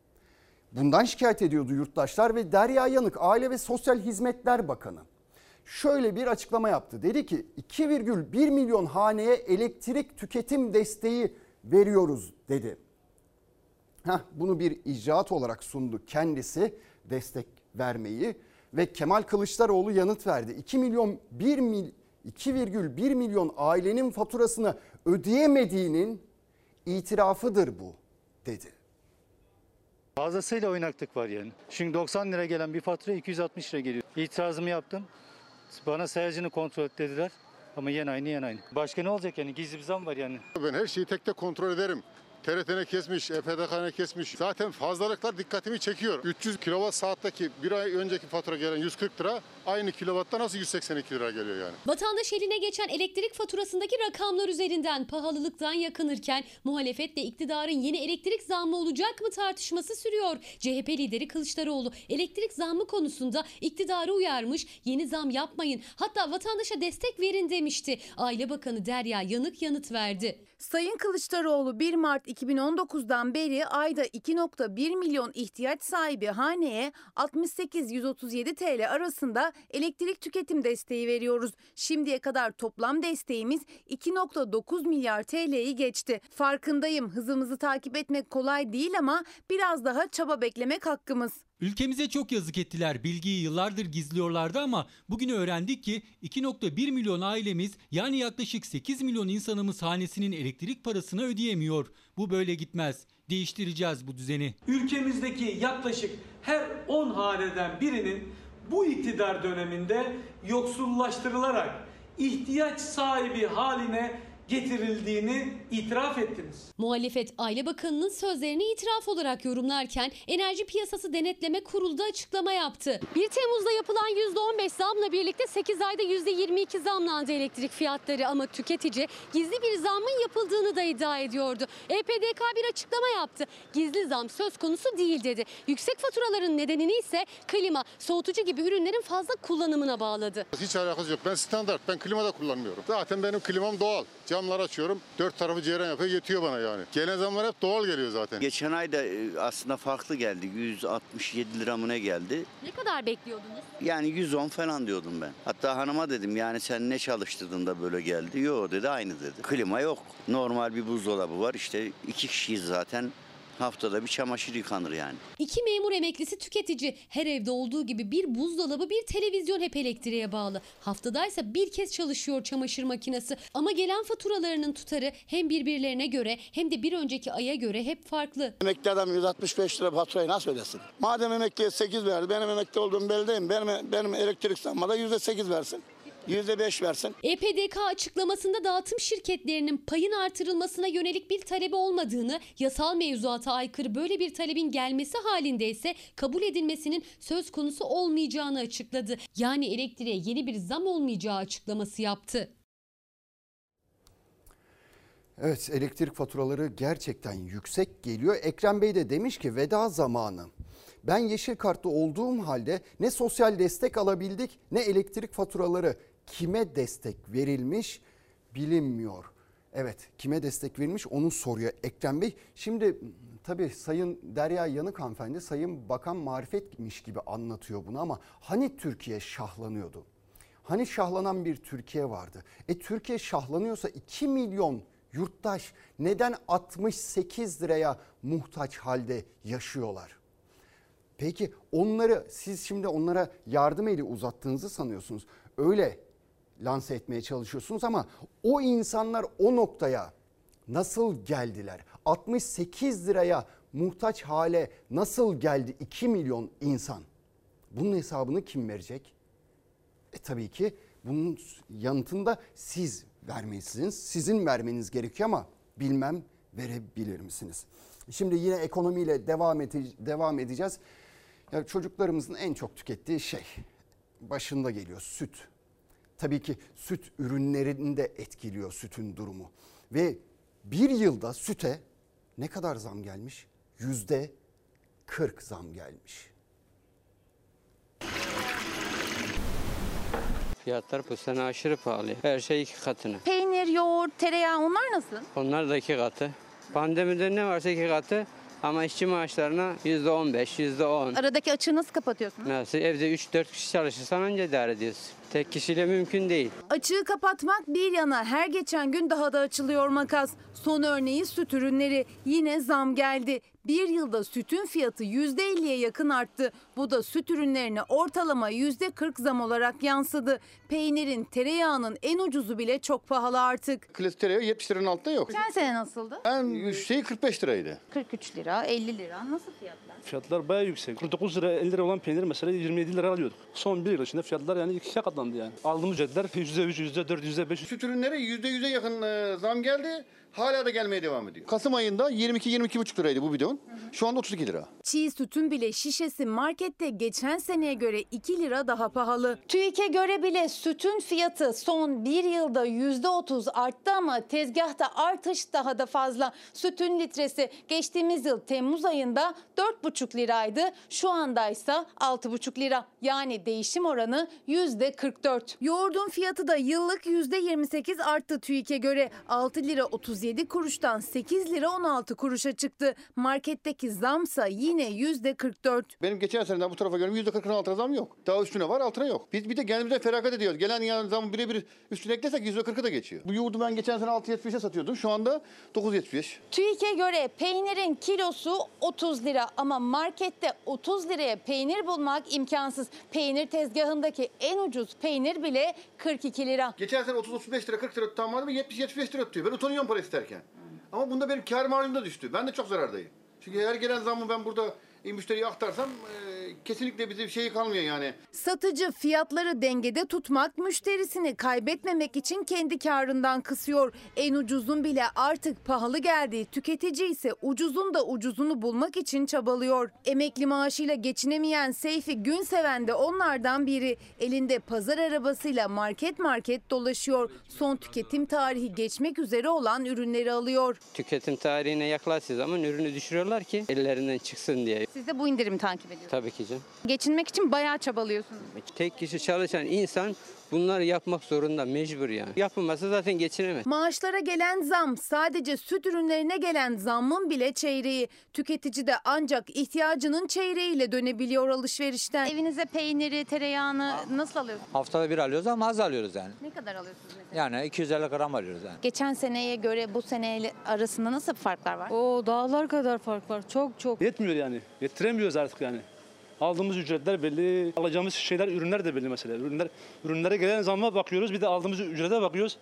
Bundan şikayet ediyordu yurttaşlar ve Derya Yanık, Aile ve Sosyal Hizmetler Bakanı şöyle bir açıklama yaptı. Dedi ki iki virgül bir milyon haneye elektrik tüketim desteği veriyoruz dedi. Heh, bunu bir icraat olarak sundu kendisi destek vermeyi ve Kemal Kılıçdaroğlu yanıt verdi. iki milyon bir mil iki virgül bir milyon ailenin faturasını ödeyemediğinin itirafıdır bu dedi. Fazlasıyla oynaklık var yani. Şimdi doksan lira gelen bir fatura iki yüz altmış lira geliyor. İtirazımı yaptım. Bana sayacını kontrol et dediler. Ama yine aynı yine aynı. Başka ne olacak yani, gizli bir zam var yani. Ben her şeyi tek tek kontrol ederim. T R T'ne kesmiş, E F D K'ne kesmiş. Zaten fazlalıklar dikkatimi çekiyor. üç yüz kilowatt saatteki bir ay önceki fatura gelen yüz kırk lira aynı kilowatta nasıl yüz seksen iki lira geliyor yani. Vatandaş eline geçen elektrik faturasındaki rakamlar üzerinden pahalılıktan yakınırken muhalefetle iktidarın yeni elektrik zammı olacak mı tartışması sürüyor. C H P lideri Kılıçdaroğlu elektrik zammı konusunda iktidarı uyarmış, yeni zam yapmayın, hatta vatandaşa destek verin demişti. Aile Bakanı Derya Yanık yanıt verdi. Sayın Kılıçdaroğlu bir Mart iki bin on dokuzdan beri ayda iki virgül bir milyon ihtiyaç sahibi haneye altmış sekiz yüz otuz yedi TL arasında elektrik tüketim desteği veriyoruz. Şimdiye kadar toplam desteğimiz iki virgül dokuz milyar T L'yi geçti. Farkındayım, hızımızı takip etmek kolay değil ama biraz daha çaba beklemek hakkımız. Ülkemize çok yazık ettiler. Bilgiyi yıllardır gizliyorlardı ama bugün öğrendik ki iki virgül bir milyon ailemiz, yani yaklaşık sekiz milyon insanımız hanesinin elektrik parasını ödeyemiyor. Bu böyle gitmez. Değiştireceğiz bu düzeni. Ülkemizdeki yaklaşık her on haneden birinin bu iktidar döneminde yoksullaştırılarak ihtiyaç sahibi haline getirildiğini itiraf ettiniz. Muhalefet Aile Bakanı'nın sözlerini itiraf olarak yorumlarken Enerji Piyasası Denetleme Kurulu da açıklama yaptı. bir Temmuz'da yapılan yüzde on beş zamla birlikte sekiz ayda yüzde yirmi iki zamlandı elektrik fiyatları ama tüketici gizli bir zammın yapıldığını da iddia ediyordu. E P D K bir açıklama yaptı. Gizli zam söz konusu değil dedi. Yüksek faturaların nedenini ise klima, soğutucu gibi ürünlerin fazla kullanımına bağladı. Hiç alakası yok. Ben standart, ben klima da kullanmıyorum. Zaten benim klimam doğal. Camlar açıyorum, dört tarafı ceyran yapıyor, yetiyor bana yani. Gelen zamlar hep doğal geliyor zaten. Geçen ay da aslında farklı geldi. yüz altmış yedi lira mı ne geldi? Ne kadar bekliyordunuz? Yani yüz on falan diyordum ben. Hatta hanıma dedim, yani sen ne çalıştırdın da böyle geldi? Yok dedi, aynı dedi. Klima yok. Normal bir buzdolabı var. İşte iki kişiyiz zaten. Haftada bir çamaşır yıkanır yani. İki memur emeklisi tüketici. Her evde olduğu gibi bir buzdolabı, bir televizyon hep elektriğe bağlı. Haftadaysa bir kez çalışıyor çamaşır makinesi. Ama gelen faturalarının tutarı hem birbirlerine göre hem de bir önceki aya göre hep farklı. Emekli adam yüz altmış beş lira faturayı nasıl ödesin? Madem emekliye sekiz verdi, benim emekli olduğum belli değil mi? Benim, benim elektrik zammada yüzde sekiz versin. yüzde beş versin. E P D K açıklamasında dağıtım şirketlerinin payın artırılmasına yönelik bir talebi olmadığını, yasal mevzuata aykırı böyle bir talebin gelmesi halinde ise kabul edilmesinin söz konusu olmayacağını açıkladı. Yani elektriğe yeni bir zam olmayacağı açıklaması yaptı. Evet, elektrik faturaları gerçekten yüksek geliyor. Ekrem Bey de demiş ki veda zamanı. Ben yeşil kartlı olduğum halde ne sosyal destek alabildik ne elektrik faturaları kime destek verilmiş bilinmiyor. Evet, kime destek verilmiş onu soruyor Ekrem Bey. Şimdi tabii Sayın Derya Yanık hanımefendi Sayın Bakan marifetmiş gibi anlatıyor bunu ama hani Türkiye şahlanıyordu? Hani şahlanan bir Türkiye vardı? E Türkiye şahlanıyorsa iki milyon yurttaş neden altmış sekiz liraya muhtaç halde yaşıyorlar? Peki onları siz şimdi onlara yardım eli uzattığınızı sanıyorsunuz. Öyle lanse etmeye çalışıyorsunuz ama o insanlar o noktaya nasıl geldiler? altmış sekiz liraya muhtaç hale nasıl geldi iki milyon insan? Bunun hesabını kim verecek? E tabii ki bunun yanıtını da siz vermelisiniz. Sizin vermeniz gerekiyor ama bilmem verebilir misiniz? Şimdi yine ekonomiyle devam, ede- devam edeceğiz. Ya çocuklarımızın en çok tükettiği şey başında geliyor süt. Tabii ki süt ürünlerini de etkiliyor sütün durumu. Ve bir yılda süte ne kadar zam gelmiş? Yüzde kırk zam gelmiş. Fiyatlar bu sene aşırı pahalı. Her şey iki katına. Peynir, yoğurt, tereyağı onlar nasıl? Onlar da iki katı. Pandemide ne varsa iki katı. Ama işçi maaşlarına yüzde on beş, yüzde on. Aradaki açığı nasıl kapatıyorsunuz? Nasıl? Evde üç dört kişi çalışırsan anca idare ediyorsun. Tek kişiyle mümkün değil. Açığı kapatmak bir yana her geçen gün daha da açılıyor makas. Son örneği süt ürünleri. Yine zam geldi. Bir yılda sütün fiyatı yüzde elliye yakın arttı. Bu da süt ürünlerine ortalama yüzde kırk zam olarak yansıdı. Peynirin, tereyağının en ucuzu bile çok pahalı artık. Klasik tereyağı yetmiş liranın altında yok. Geçen sene nasıldı? En şey kırk beş liraydı. kırk üç lira, elli lira. Nasıl fiyatlar? Fiyatlar bayağı yüksek. kırk dokuz lira, elli lira olan peynir mesela yirmi yedi lira alıyorduk. Son bir yıl içinde fiyatlar yani ikiye katlandı yani. Aldığımız ücretler yüzde üç, yüzde dört, yüzde beş. Süt ürünleri yüzde yüze yakın e, zam geldi. Hala da gelmeye devam ediyor. Kasım ayında yirmi iki yirmi iki buçuk liraydı bu bidon. Şu anda otuz iki lira. Çiğ sütün bile şişesi markette geçen seneye göre iki lira daha pahalı. TÜİK'e göre bile sütün fiyatı son bir yılda yüzde otuz arttı ama tezgahta artış daha da fazla. Sütün litresi geçtiğimiz yıl Temmuz ayında dört buçuk liraydı. Şu andaysa altı buçuk lira. Yani değişim oranı yüzde kırk dört. Yoğurdun fiyatı da yıllık yüzde yirmi sekiz arttı TÜİK'e göre. altı lira otuz yedi kuruştan sekiz lira on altı kuruşa çıktı. Marketteki zamsa yine yüzde kırk dört. Benim geçen seneden bu tarafa göre yüzde kırkın altına zam yok. Daha üstüne var, altına yok. Biz bir de kendimize feragat ediyoruz. Gelen yani zamı birebir üstüne eklesek yüzde kırkı da geçiyor. Bu yoğurdu ben geçen sene altı yetmişe satıyordum. Şu anda dokuz yetmiş beş. TÜİK'e göre peynirin kilosu otuz lira ama markette otuz liraya peynir bulmak imkansız. Peynir tezgahındaki en ucuz peynir bile kırk iki lira. Geçen sene otuz otuz beş lira, kırk lira tutan vardı, yetmiş yetmiş beş lira tutuyor. Ben utanıyorum para isterken. Ama bunda benim kâr marjım da düştü. Ben de çok zarardayım. Çünkü her gelen zammı ben burada müşteriye aktarsam e, kesinlikle bize bir şey kalmıyor yani. Satıcı fiyatları dengede tutmak, müşterisini kaybetmemek için kendi kârından kısıyor. En ucuzun bile artık pahalı geldiği, tüketici ise ucuzun da ucuzunu bulmak için çabalıyor. Emekli maaşıyla geçinemeyen Seyfi Günseven de onlardan biri. Elinde pazar arabasıyla market market dolaşıyor. Son tüketim tarihi geçmek üzere olan ürünleri alıyor. Tüketim tarihine yaklaştığı zaman ürünü düşürüyorlar ki ellerinden çıksın diye. Siz de bu indirimi takip ediyorsunuz. Tabii ki canım. Geçinmek için bayağı çabalıyorsunuz. Tek kişi çalışan insan bunları yapmak zorunda, mecbur yani. Yapılmazsa zaten geçinemez. Maaşlara gelen zam sadece süt ürünlerine gelen zammın bile çeyreği. Tüketici de ancak ihtiyacının çeyreğiyle dönebiliyor alışverişten. Evinize peyniri, tereyağını nasıl alıyorsunuz? Haftada bir alıyoruz ama az alıyoruz yani. Ne kadar alıyorsunuz mesela? Yani iki yüz elli gram alıyoruz yani. Geçen seneye göre bu sene arasında nasıl farklar var? O dağlar kadar fark var. Çok çok. Yetmiyor yani. Yettiremiyoruz artık yani. Aldığımız ücretler belli, alacağımız şeyler, ürünler de belli mesela. Ürünler, ürünlere gelen zamma bakıyoruz, bir de aldığımız ücrete bakıyoruz.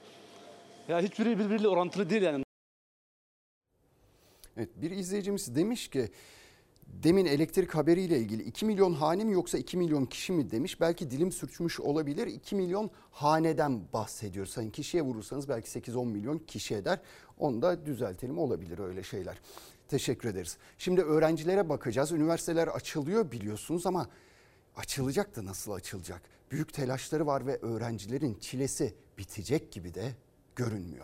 Ya hiçbiri birbiriyle orantılı değil yani. Evet, bir izleyicimiz demiş ki demin elektrik haberiyle ilgili iki milyon hane mi yoksa iki milyon kişi mi demiş. Belki dilim sürçmüş olabilir. iki milyon haneden bahsediyoruz. Hani kişiye vurursanız belki sekiz on milyon kişi eder. Onu da düzeltelim, olabilir öyle şeyler. Teşekkür ederiz. Şimdi öğrencilere bakacağız. Üniversiteler açılıyor biliyorsunuz ama açılacak da nasıl açılacak? Büyük telaşları var ve öğrencilerin çilesi bitecek gibi de görünmüyor.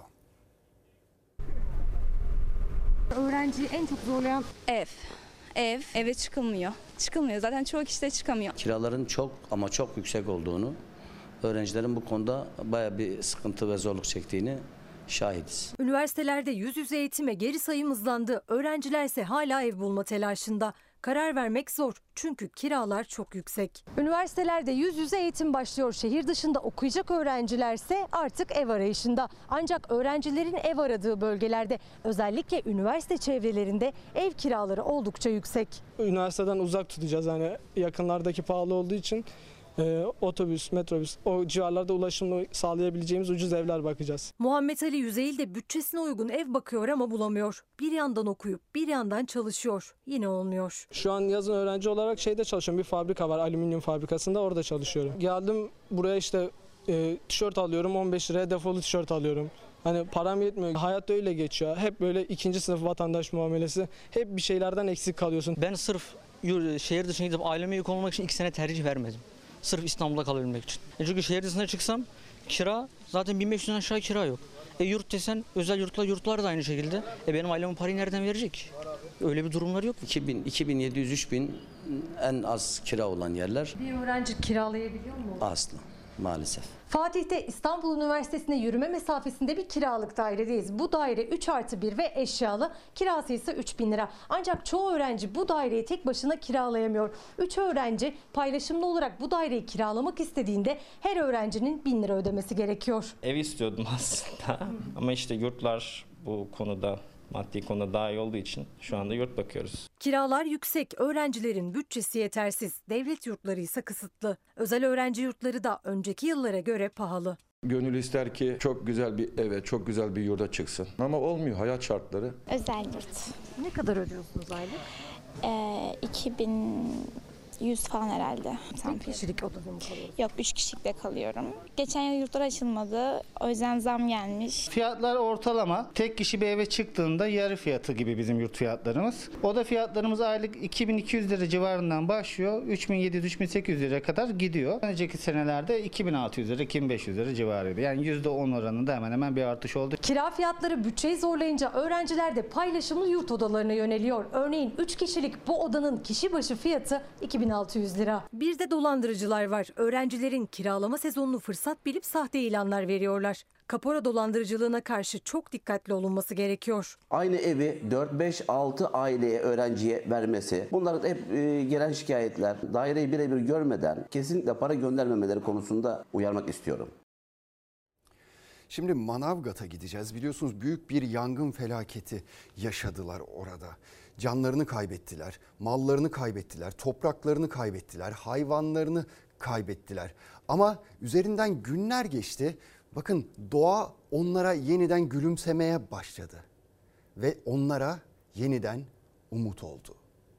Öğrenciyi en çok zorlayan ev. Ev, eve çıkılmıyor. Çıkılmıyor. Zaten çoğu kişi de çıkamıyor. Kiraların çok ama çok yüksek olduğunu, öğrencilerin bu konuda bayağı bir sıkıntı ve zorluk çektiğini şahidiz. Üniversitelerde yüz yüze eğitime geri sayım hızlandı. Öğrenciler ise hala ev bulma telaşında. Karar vermek zor çünkü kiralar çok yüksek. Üniversitelerde yüz yüze eğitim başlıyor. Şehir dışında okuyacak öğrencilerse artık ev arayışında. Ancak öğrencilerin ev aradığı bölgelerde, özellikle üniversite çevrelerinde ev kiraları oldukça yüksek. Üniversiteden uzak tutacağız, yani yakınlardaki pahalı olduğu için Ee, otobüs, metrobüs o civarlarda ulaşımı sağlayabileceğimiz ucuz evler bakacağız. Muhammed Ali Yüzeyil de bütçesine uygun ev bakıyor ama bulamıyor. Bir yandan okuyup bir yandan çalışıyor. Yine olmuyor. Şu an yazın öğrenci olarak şeyde çalışıyorum. Bir fabrika var, alüminyum fabrikasında, orada çalışıyorum. Geldim buraya işte e, tişört alıyorum, on beş liraya defolu tişört alıyorum. Hani param yetmiyor. Hayat öyle geçiyor. Hep böyle ikinci sınıf vatandaş muamelesi. Hep bir şeylerden eksik kalıyorsun. Ben sırf şehir dışına gidip aileme yük olmamak için iki sene tercih vermedim. Sırf İstanbul'da kalabilmek için. E çünkü şehir dışına çıksam kira zaten bin beş yüzden aşağı kira yok. E yurt desen özel yurtlar yurtlar da aynı şekilde. E benim ailemin parayı nereden verecek? Öyle bir durumlar yok. iki bin, iki bin yedi yüz, üç bin en az kira olan yerler. Bir öğrenci kiralayabiliyor mu? Asla maalesef. Fatih'te İstanbul Üniversitesi'ne yürüme mesafesinde bir kiralık dairedeyiz. Bu daire üç artı bir ve eşyalı. Kirası ise üç bin lira. Ancak çoğu öğrenci bu daireyi tek başına kiralayamıyor. üç öğrenci paylaşımlı olarak bu daireyi kiralamak istediğinde her öğrencinin bin lira ödemesi gerekiyor. Ev istiyordum aslında ama işte yurtlar bu konuda, maddi konuda daha iyi olduğu için şu anda yurt bakıyoruz. Kiralar yüksek, öğrencilerin bütçesi yetersiz, devlet yurtları ise kısıtlı. Özel öğrenci yurtları da önceki yıllara göre pahalı. Gönül ister ki çok güzel bir eve, çok güzel bir yurda çıksın. Ama olmuyor hayat şartları. Özel yurt. Ne kadar ödüyorsunuz aylık? Ee, iki bin yüz falan herhalde. Tek kişilik odada mı kalıyorsunuz? Yok, üç kişilikte kalıyorum. Geçen yıl yurtlar açılmadı. O yüzden zam gelmiş. Fiyatlar ortalama. Tek kişi bir eve çıktığında yarı fiyatı gibi bizim yurt fiyatlarımız. Oda fiyatlarımız aylık iki bin iki yüz lira civarından başlıyor. üç bin yedi yüz üç bin sekiz yüz lira kadar gidiyor. Önceki senelerde iki bin altı yüz lira, iki bin beş yüz lira civarıydı. Yani yüzde on oranında hemen hemen bir artış oldu. Kira fiyatları bütçeyi zorlayınca öğrenciler de paylaşımlı yurt odalarına yöneliyor. Örneğin üç kişilik bu odanın kişi başı fiyatı iki bin altı yüz lira. Bir de dolandırıcılar var. Öğrencilerin kiralama sezonunu fırsat bilip sahte ilanlar veriyorlar. Kapora dolandırıcılığına karşı çok dikkatli olunması gerekiyor. Aynı evi dört beş altı aileye, öğrenciye vermesi. Bunlar hep e, gelen şikayetler. Daireyi birebir görmeden kesinlikle para göndermemeleri konusunda uyarmak istiyorum. Şimdi Manavgat'a gideceğiz. Biliyorsunuz büyük bir yangın felaketi yaşadılar orada. Canlarını kaybettiler, mallarını kaybettiler, topraklarını kaybettiler, hayvanlarını kaybettiler. Ama üzerinden günler geçti. Bakın doğa onlara yeniden gülümsemeye başladı ve onlara yeniden umut oldu.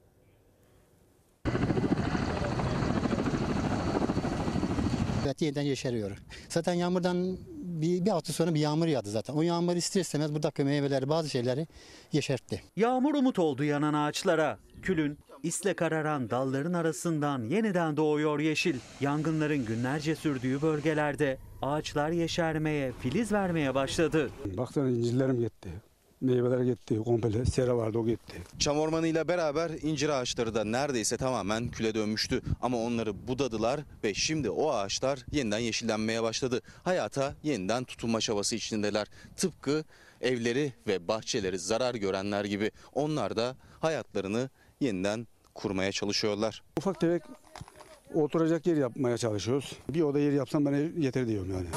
Evet, yeniden yeşeriyor. Zaten yağmurdan bir, bir hafta sonra bir yağmur yağdı zaten. O yağmur ister istemez buradaki meyveleri, bazı şeyleri yeşertti. Yağmur umut oldu yanan ağaçlara. Külün, isle kararan dalların arasından yeniden doğuyor yeşil. Yangınların günlerce sürdüğü bölgelerde ağaçlar yeşermeye, filiz vermeye başladı. Baksana incirlerim gitti. Meyveler gitti, komple sera vardı o gitti. Çam ormanıyla beraber incir ağaçları da neredeyse tamamen küle dönmüştü. Ama onları budadılar ve şimdi o ağaçlar yeniden yeşillenmeye başladı. Hayata yeniden tutunma çabası içindeler. Tıpkı evleri ve bahçeleri zarar görenler gibi onlar da hayatlarını yeniden kurmaya çalışıyorlar. Ufak tefek oturacak yer yapmaya çalışıyoruz. Bir oda yer yapsam bana yeter diyorum yani.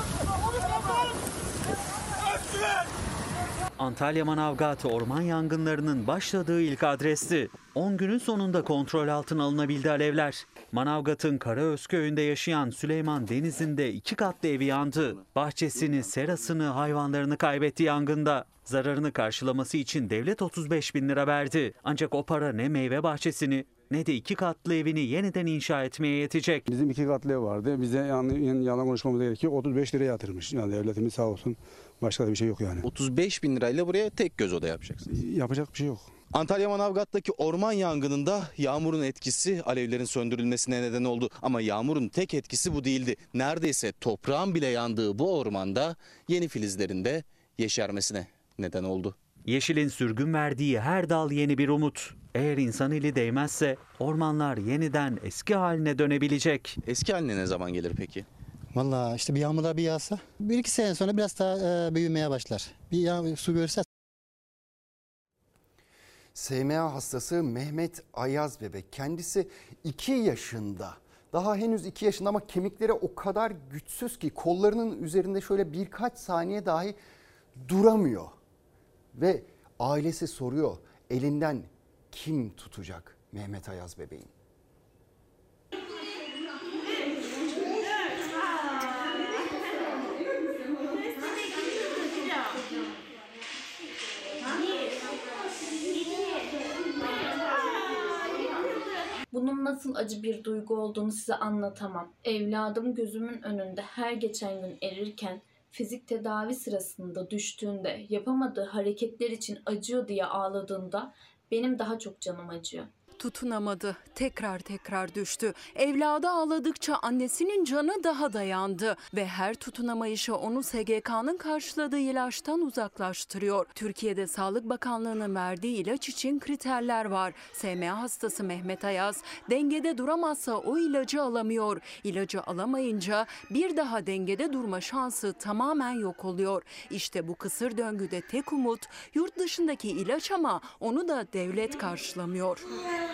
Antalya Manavgat orman yangınlarının başladığı ilk adresti. on günün sonunda kontrol altına alınabildi alevler. Manavgat'ın Karaözköy'ünde yaşayan Süleyman Deniz'in de iki katlı evi yandı. Bahçesini, serasını, hayvanlarını kaybetti yangında. Zararını karşılaması için devlet otuz beş bin lira verdi. Ancak o para ne meyve bahçesini ne de iki katlı evini yeniden inşa etmeye yetecek. Bizim iki katlı ev vardı. Bize yani yalan konuşmamız gerekiyor. otuz beş liraya yatırmış. Yani devletimiz sağ olsun. Başka da bir şey yok yani. otuz beş bin lirayla buraya tek göz oda yapacaksınız. Yapacak bir şey yok. Antalya Manavgat'taki orman yangınında yağmurun etkisi alevlerin söndürülmesine neden oldu. Ama yağmurun tek etkisi bu değildi. Neredeyse toprağın bile yandığı bu ormanda yeni filizlerin de yeşermesine neden oldu. Yeşilin sürgün verdiği her dal yeni bir umut. Eğer insan eli değmezse ormanlar yeniden eski haline dönebilecek. Eski haline ne zaman gelir peki? Vallahi işte bir yağmurlar bir yağsa bir iki sene sonra biraz daha e, büyümeye başlar. Bir yağmur, su görürse. S M A hastası Mehmet Ayaz bebek, kendisi iki yaşında. Daha henüz iki yaşında ama kemikleri o kadar güçsüz ki kollarının üzerinde şöyle birkaç saniye dahi duramıyor. Ve ailesi soruyor, elinden kim tutacak Mehmet Ayaz bebeğin? Bunun nasıl acı bir duygu olduğunu size anlatamam. Evladım gözümün önünde her geçen gün erirken, fizik tedavi sırasında düştüğünde, yapamadığı hareketler için acıyor diye ağladığında benim daha çok canım acıyor. Tutunamadı, tekrar tekrar düştü. Evladı ağladıkça annesinin canı daha da yandı ve her tutunamayışı onu S G K'nın karşıladığı ilaçtan uzaklaştırıyor. Türkiye'de Sağlık Bakanlığı'nın verdiği ilaç için kriterler var. S M A hastası Mehmet Ayaz dengede duramazsa o ilacı alamıyor. İlacı alamayınca bir daha dengede durma şansı tamamen yok oluyor. İşte bu kısır döngüde tek umut yurt dışındaki ilaç ama onu da devlet karşılamıyor.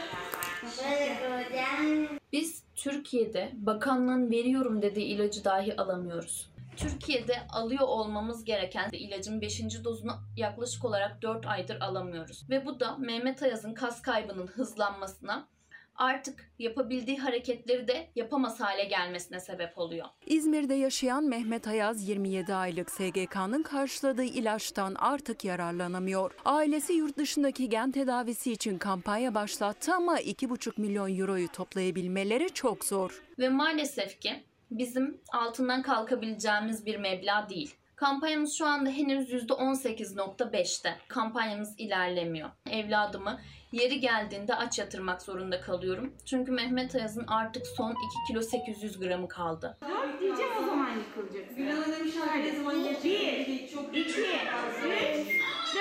Biz Türkiye'de bakanlığın veriyorum dediği ilacı dahi alamıyoruz. Türkiye'de alıyor olmamız gereken ilacın beşinci dozunu yaklaşık olarak dört aydır alamıyoruz. Ve bu da Mehmet Ayaz'ın kas kaybının hızlanmasına, artık yapabildiği hareketleri de yapamaz hale gelmesine sebep oluyor. İzmir'de yaşayan Mehmet Ayaz yirmi yedi aylık S G K'nın karşıladığı ilaçtan artık yararlanamıyor. Ailesi yurt dışındaki gen tedavisi için kampanya başlattı ama iki buçuk milyon euroyu toplayabilmeleri çok zor. Ve maalesef ki bizim altından kalkabileceğimiz bir meblağ değil. Kampanyamız şu anda henüz yüzde on sekiz nokta beşte. Kampanyamız ilerlemiyor. Evladımı yeri geldiğinde aç yatırmak zorunda kalıyorum. Çünkü Mehmet Ayaz'ın artık son iki kilo sekiz yüz gramı kaldı. dört diyeceğim, o zaman yıkılacak. Gül Hanım demiş ne zaman geçecek? bir, iki, üç, dört.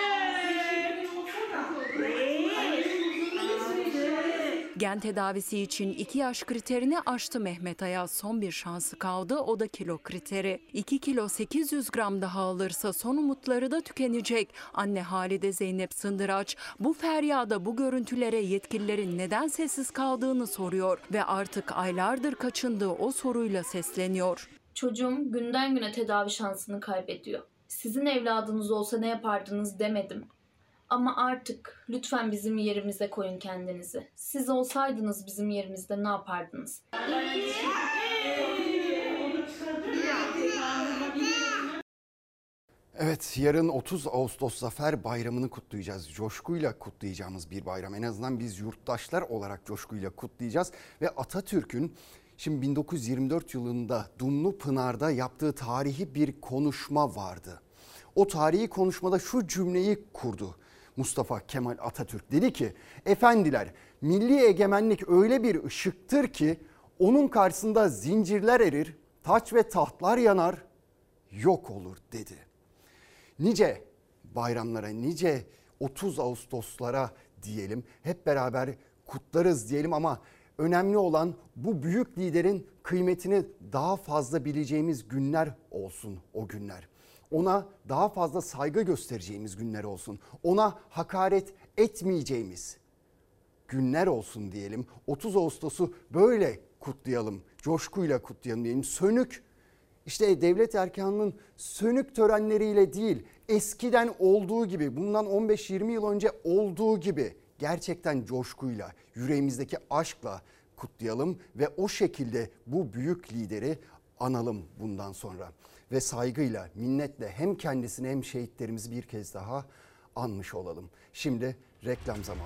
Gen tedavisi için iki yaş kriterini aştı Mehmet Ayaz. Son bir şansı kaldı, o da kilo kriteri. iki kilo sekiz yüz gram daha alırsa son umutları da tükenecek. Anne Halide Zeynep Sındıraç bu feryada, bu görüntülere yetkililerin neden sessiz kaldığını soruyor ve artık aylardır kaçındığı o soruyla sesleniyor. Çocuğum günden güne tedavi şansını kaybediyor. Sizin evladınız olsa ne yapardınız demedim. Ama artık lütfen bizim yerimize koyun kendinizi. Siz olsaydınız bizim yerimizde ne yapardınız? Evet, yarın otuz Ağustos Zafer Bayramı'nı kutlayacağız. Coşkuyla kutlayacağımız bir bayram. En azından biz yurttaşlar olarak coşkuyla kutlayacağız. Ve Atatürk'ün şimdi bin dokuz yüz yirmi dört yılında Dumlupınar'da yaptığı tarihi bir konuşma vardı. O tarihi konuşmada şu cümleyi kurdu Mustafa Kemal Atatürk. Dedi ki, efendiler, milli egemenlik öyle bir ışıktır ki onun karşısında zincirler erir, taç ve tahtlar yanar, yok olur dedi. Nice bayramlara, nice otuz Ağustoslara diyelim, hep beraber kutlarız diyelim ama önemli olan bu büyük liderin kıymetini daha fazla bileceğimiz günler olsun o günler. Ona daha fazla saygı göstereceğimiz günler olsun. Ona hakaret etmeyeceğimiz günler olsun diyelim. otuz Ağustos'u böyle kutlayalım, coşkuyla kutlayalım diyelim. Sönük, işte devlet erkanının sönük törenleriyle değil, eskiden olduğu gibi, bundan on beş yirmi yıl önce olduğu gibi gerçekten coşkuyla, yüreğimizdeki aşkla kutlayalım ve o şekilde bu büyük lideri analım bundan sonra. Ve saygıyla, minnetle hem kendisini hem şehitlerimizi bir kez daha anmış olalım. Şimdi reklam zamanı.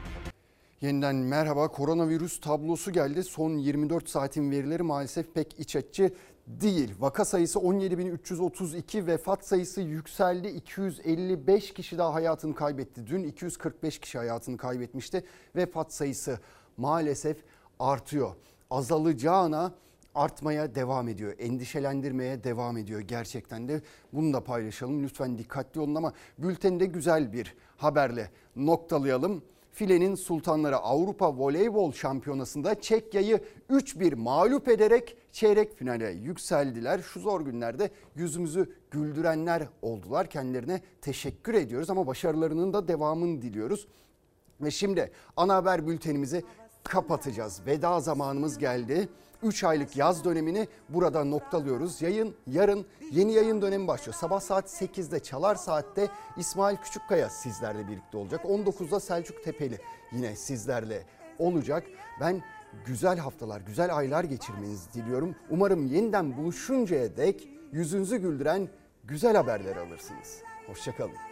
Yeniden merhaba. Koronavirüs tablosu geldi. Son yirmi dört saatin verileri maalesef pek iç açıcı değil. Vaka sayısı on yedi bin üç yüz otuz iki, vefat sayısı yükseldi. iki yüz elli beş kişi daha hayatını kaybetti. Dün iki yüz kırk beş kişi hayatını kaybetmişti. Vefat sayısı maalesef artıyor. Azalacağına artmaya devam ediyor. Endişelendirmeye devam ediyor gerçekten de. Bunu da paylaşalım. Lütfen dikkatli olun ama bültende güzel bir haberle noktalayalım. Filenin sultanları Avrupa Voleybol Şampiyonası'nda Çekya'yı üç bir mağlup ederek çeyrek finale yükseldiler. Şu zor günlerde yüzümüzü güldürenler oldular. Kendilerine teşekkür ediyoruz ama başarılarının da devamını diliyoruz. Ve şimdi ana haber bültenimizi kapatacağız. Veda zamanımız geldi. üç aylık yaz dönemini burada noktalıyoruz. Yayın yarın yeni yayın dönemi başlıyor. Sabah saat sekizde Çalar Saat'te İsmail Küçükkaya sizlerle birlikte olacak. on dokuzda Selçuk Tepeli yine sizlerle olacak. Ben güzel haftalar, güzel aylar geçirmenizi diliyorum. Umarım yeniden buluşuncaya dek yüzünüzü güldüren güzel haberler alırsınız. Hoşça kalın.